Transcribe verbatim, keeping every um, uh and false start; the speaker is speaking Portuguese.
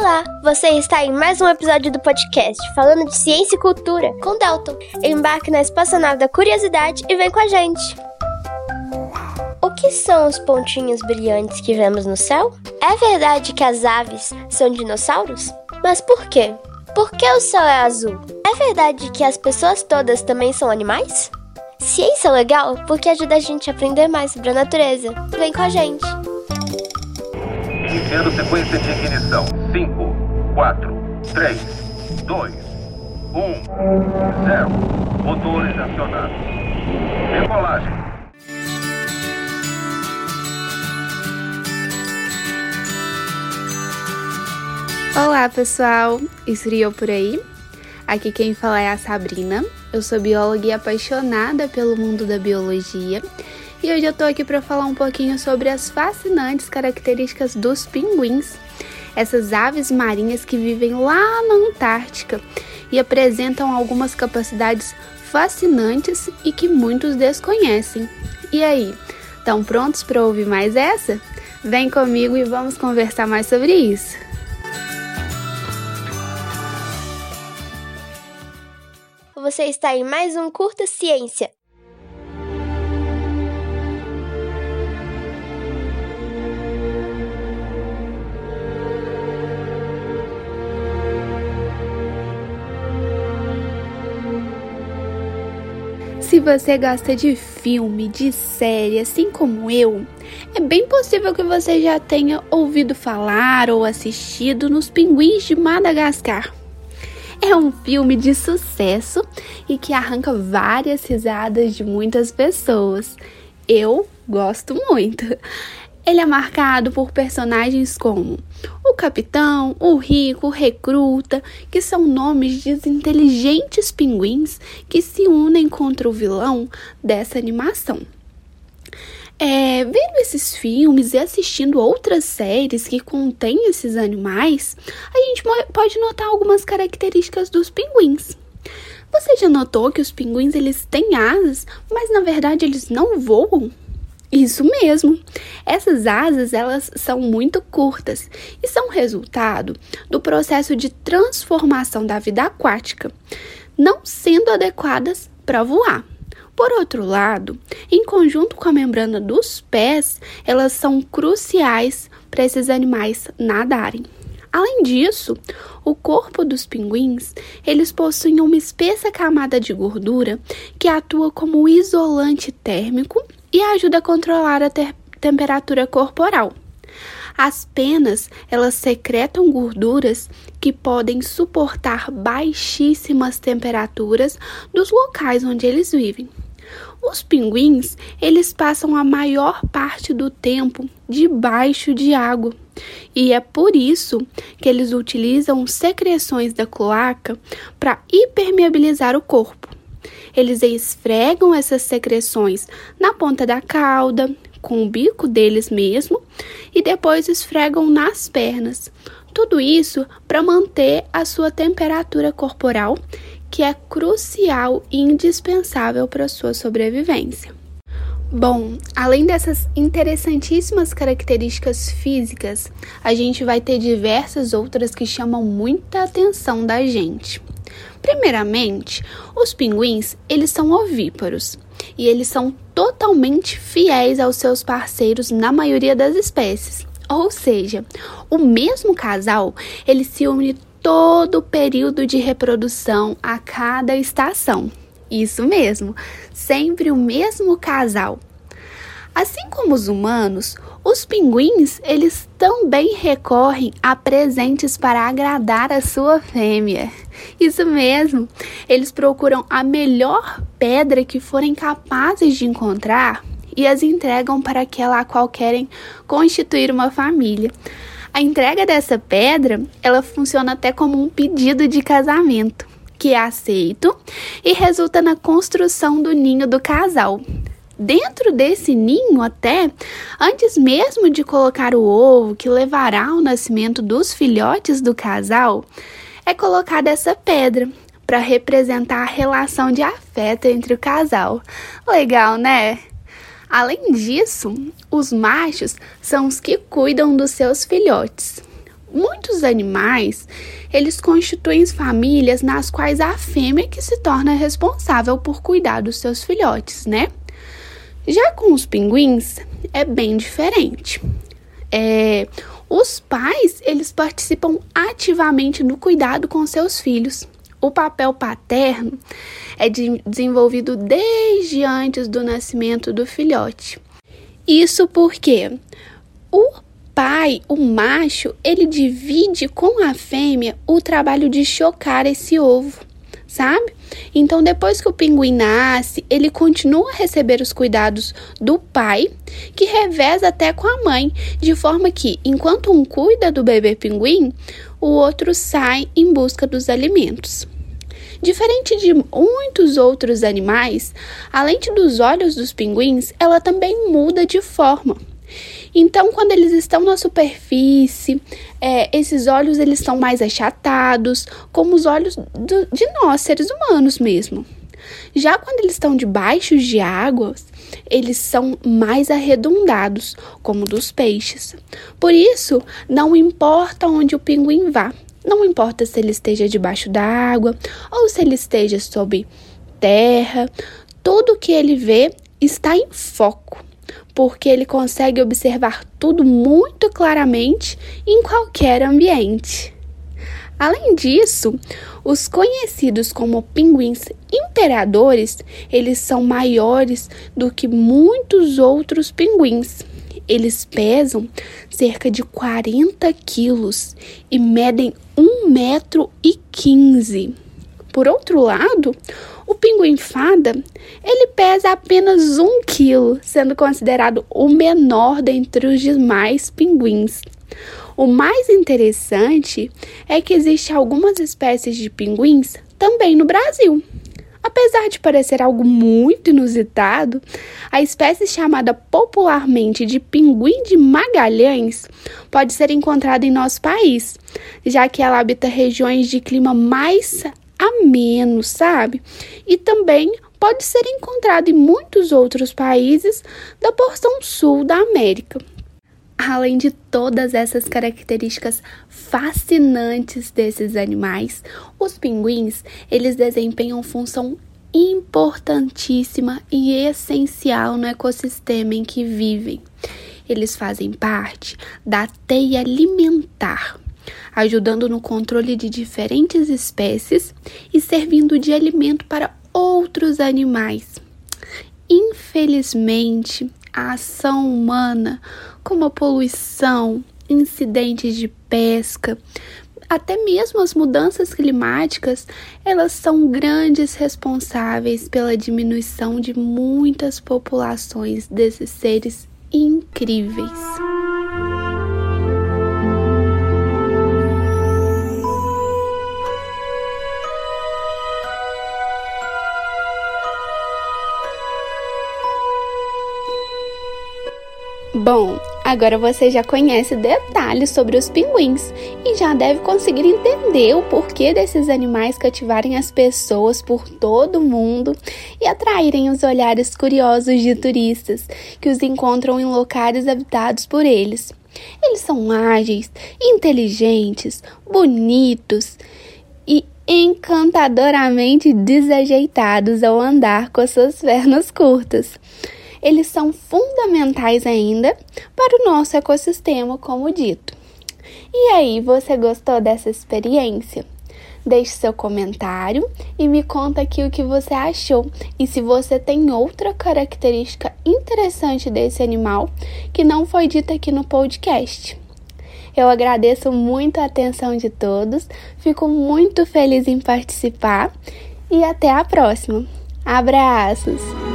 Olá, você está em mais um episódio do podcast falando de ciência e cultura com Dalton. Embarque na espaçonave da curiosidade e vem com a gente. O que são os pontinhos brilhantes que vemos no céu? É verdade que as aves são dinossauros? Mas por quê? Por que o céu é azul? É verdade que as pessoas todas também são animais? Ciência é legal porque ajuda a gente a aprender mais sobre a natureza. Vem com a gente! Iniciando sequência de ignição. cinco, quatro, três, dois, um, zero. Motores acionados. Decolagem. Olá pessoal, estreou por aí? Aqui quem fala é a Sabrina, eu sou bióloga e apaixonada pelo mundo da biologia e hoje eu tô aqui para falar um pouquinho sobre as fascinantes características dos pinguins, essas aves marinhas que vivem lá na Antártica e apresentam algumas capacidades fascinantes e que muitos desconhecem. E aí, estão prontos para ouvir mais essa? Vem comigo e vamos conversar mais sobre isso! Você está em mais um Curta Ciência. Se você gosta de filme, de série, assim como eu, é bem possível que você já tenha ouvido falar ou assistido nos Pinguins de Madagascar. É um filme de sucesso e que arranca várias risadas de muitas pessoas. Eu gosto muito. Ele é marcado por personagens como o Capitão, o Rico, o Recruta, que são nomes de inteligentes pinguins que se unem contra o vilão dessa animação. É, vendo esses filmes e assistindo outras séries que contêm esses animais, a gente pode notar algumas características dos pinguins. Você já notou que os pinguins eles têm asas, mas na verdade eles não voam? Isso mesmo! Essas asas elas são muito curtas e são resultado do processo de transformação da vida aquática, não sendo adequadas para voar. Por outro lado, em conjunto com a membrana dos pés, elas são cruciais para esses animais nadarem. Além disso, o corpo dos pinguins, eles possuem uma espessa camada de gordura que atua como isolante térmico e ajuda a controlar a te- temperatura corporal. As penas, elas secretam gorduras que podem suportar baixíssimas temperaturas dos locais onde eles vivem. Os pinguins, eles passam a maior parte do tempo debaixo de água e é por isso que eles utilizam secreções da cloaca para impermeabilizar o corpo. Eles esfregam essas secreções na ponta da cauda, com o bico deles mesmo, e depois esfregam nas pernas. Tudo isso para manter a sua temperatura corporal, que é crucial e indispensável para a sua sobrevivência. Bom, além dessas interessantíssimas características físicas, a gente vai ter diversas outras que chamam muita atenção da gente. Primeiramente, os pinguins, eles são ovíparos e eles são totalmente fiéis aos seus parceiros na maioria das espécies. Ou seja, o mesmo casal, ele se une todo o período de reprodução a cada estação. Isso mesmo, sempre o mesmo casal. Assim como os humanos, os pinguins, eles também recorrem a presentes para agradar a sua fêmea. Isso mesmo, eles procuram a melhor pedra que forem capazes de encontrar e as entregam para aquela a qual querem constituir uma família. A entrega dessa pedra, ela funciona até como um pedido de casamento, que é aceito e resulta na construção do ninho do casal. Dentro desse ninho até, antes mesmo de colocar o ovo que levará ao nascimento dos filhotes do casal, é colocada essa pedra para representar a relação de afeto entre o casal. Legal, né? Além disso, os machos são os que cuidam dos seus filhotes. Muitos animais, eles constituem famílias nas quais a fêmea que se torna responsável por cuidar dos seus filhotes, né? Já com os pinguins, é bem diferente. É, os pais, eles participam ativamente do cuidado com seus filhos. O papel paterno é de, desenvolvido desde antes do nascimento do filhote. Isso porque o pai, o macho, ele divide com a fêmea o trabalho de chocar esse ovo, sabe? Então, depois que o pinguim nasce, ele continua a receber os cuidados do pai, que reveza até com a mãe, de forma que, enquanto um cuida do bebê pinguim, o outro sai em busca dos alimentos. Diferente de muitos outros animais, a lente dos olhos dos pinguins, ela também muda de forma. Então, quando eles estão na superfície, é, esses olhos eles são mais achatados, como os olhos do, de nós, seres humanos mesmo. Já quando eles estão debaixo de água, eles são mais arredondados, como dos peixes. Por isso, não importa onde o pinguim vá, não importa se ele esteja debaixo da água ou se ele esteja sob terra, tudo que ele vê está em foco, porque ele consegue observar tudo muito claramente em qualquer ambiente. Além disso, os conhecidos como pinguins imperadores, eles são maiores do que muitos outros pinguins. Eles pesam cerca de quarenta quilos e medem um metro e quinze. Por outro lado, o pinguim-fada, ele pesa apenas um quilo, sendo considerado o menor dentre os demais pinguins. O mais interessante é que existem algumas espécies de pinguins também no Brasil. Apesar de parecer algo muito inusitado, a espécie chamada popularmente de pinguim de Magalhães pode ser encontrada em nosso país, já que ela habita regiões de clima mais ameno, sabe? E também pode ser encontrado em muitos outros países da porção sul da América. Além de todas essas características fascinantes desses animais, os pinguins, eles desempenham função importantíssima e essencial no ecossistema em que vivem. Eles fazem parte da teia alimentar, ajudando no controle de diferentes espécies e servindo de alimento para outros animais. Infelizmente, a ação humana, como a poluição, incidentes de pesca, até mesmo as mudanças climáticas, elas são grandes responsáveis pela diminuição de muitas populações desses seres incríveis. Bom, agora você já conhece detalhes sobre os pinguins e já deve conseguir entender o porquê desses animais cativarem as pessoas por todo o mundo e atraírem os olhares curiosos de turistas que os encontram em locais habitados por eles. Eles são ágeis, inteligentes, bonitos e encantadoramente desajeitados ao andar com as suas pernas curtas. Eles são fundamentais ainda para o nosso ecossistema, como dito. E aí, você gostou dessa experiência? Deixe seu comentário e me conta aqui o que você achou e se você tem outra característica interessante desse animal que não foi dita aqui no podcast. Eu agradeço muito a atenção de todos, fico muito feliz em participar e até a próxima. Abraços!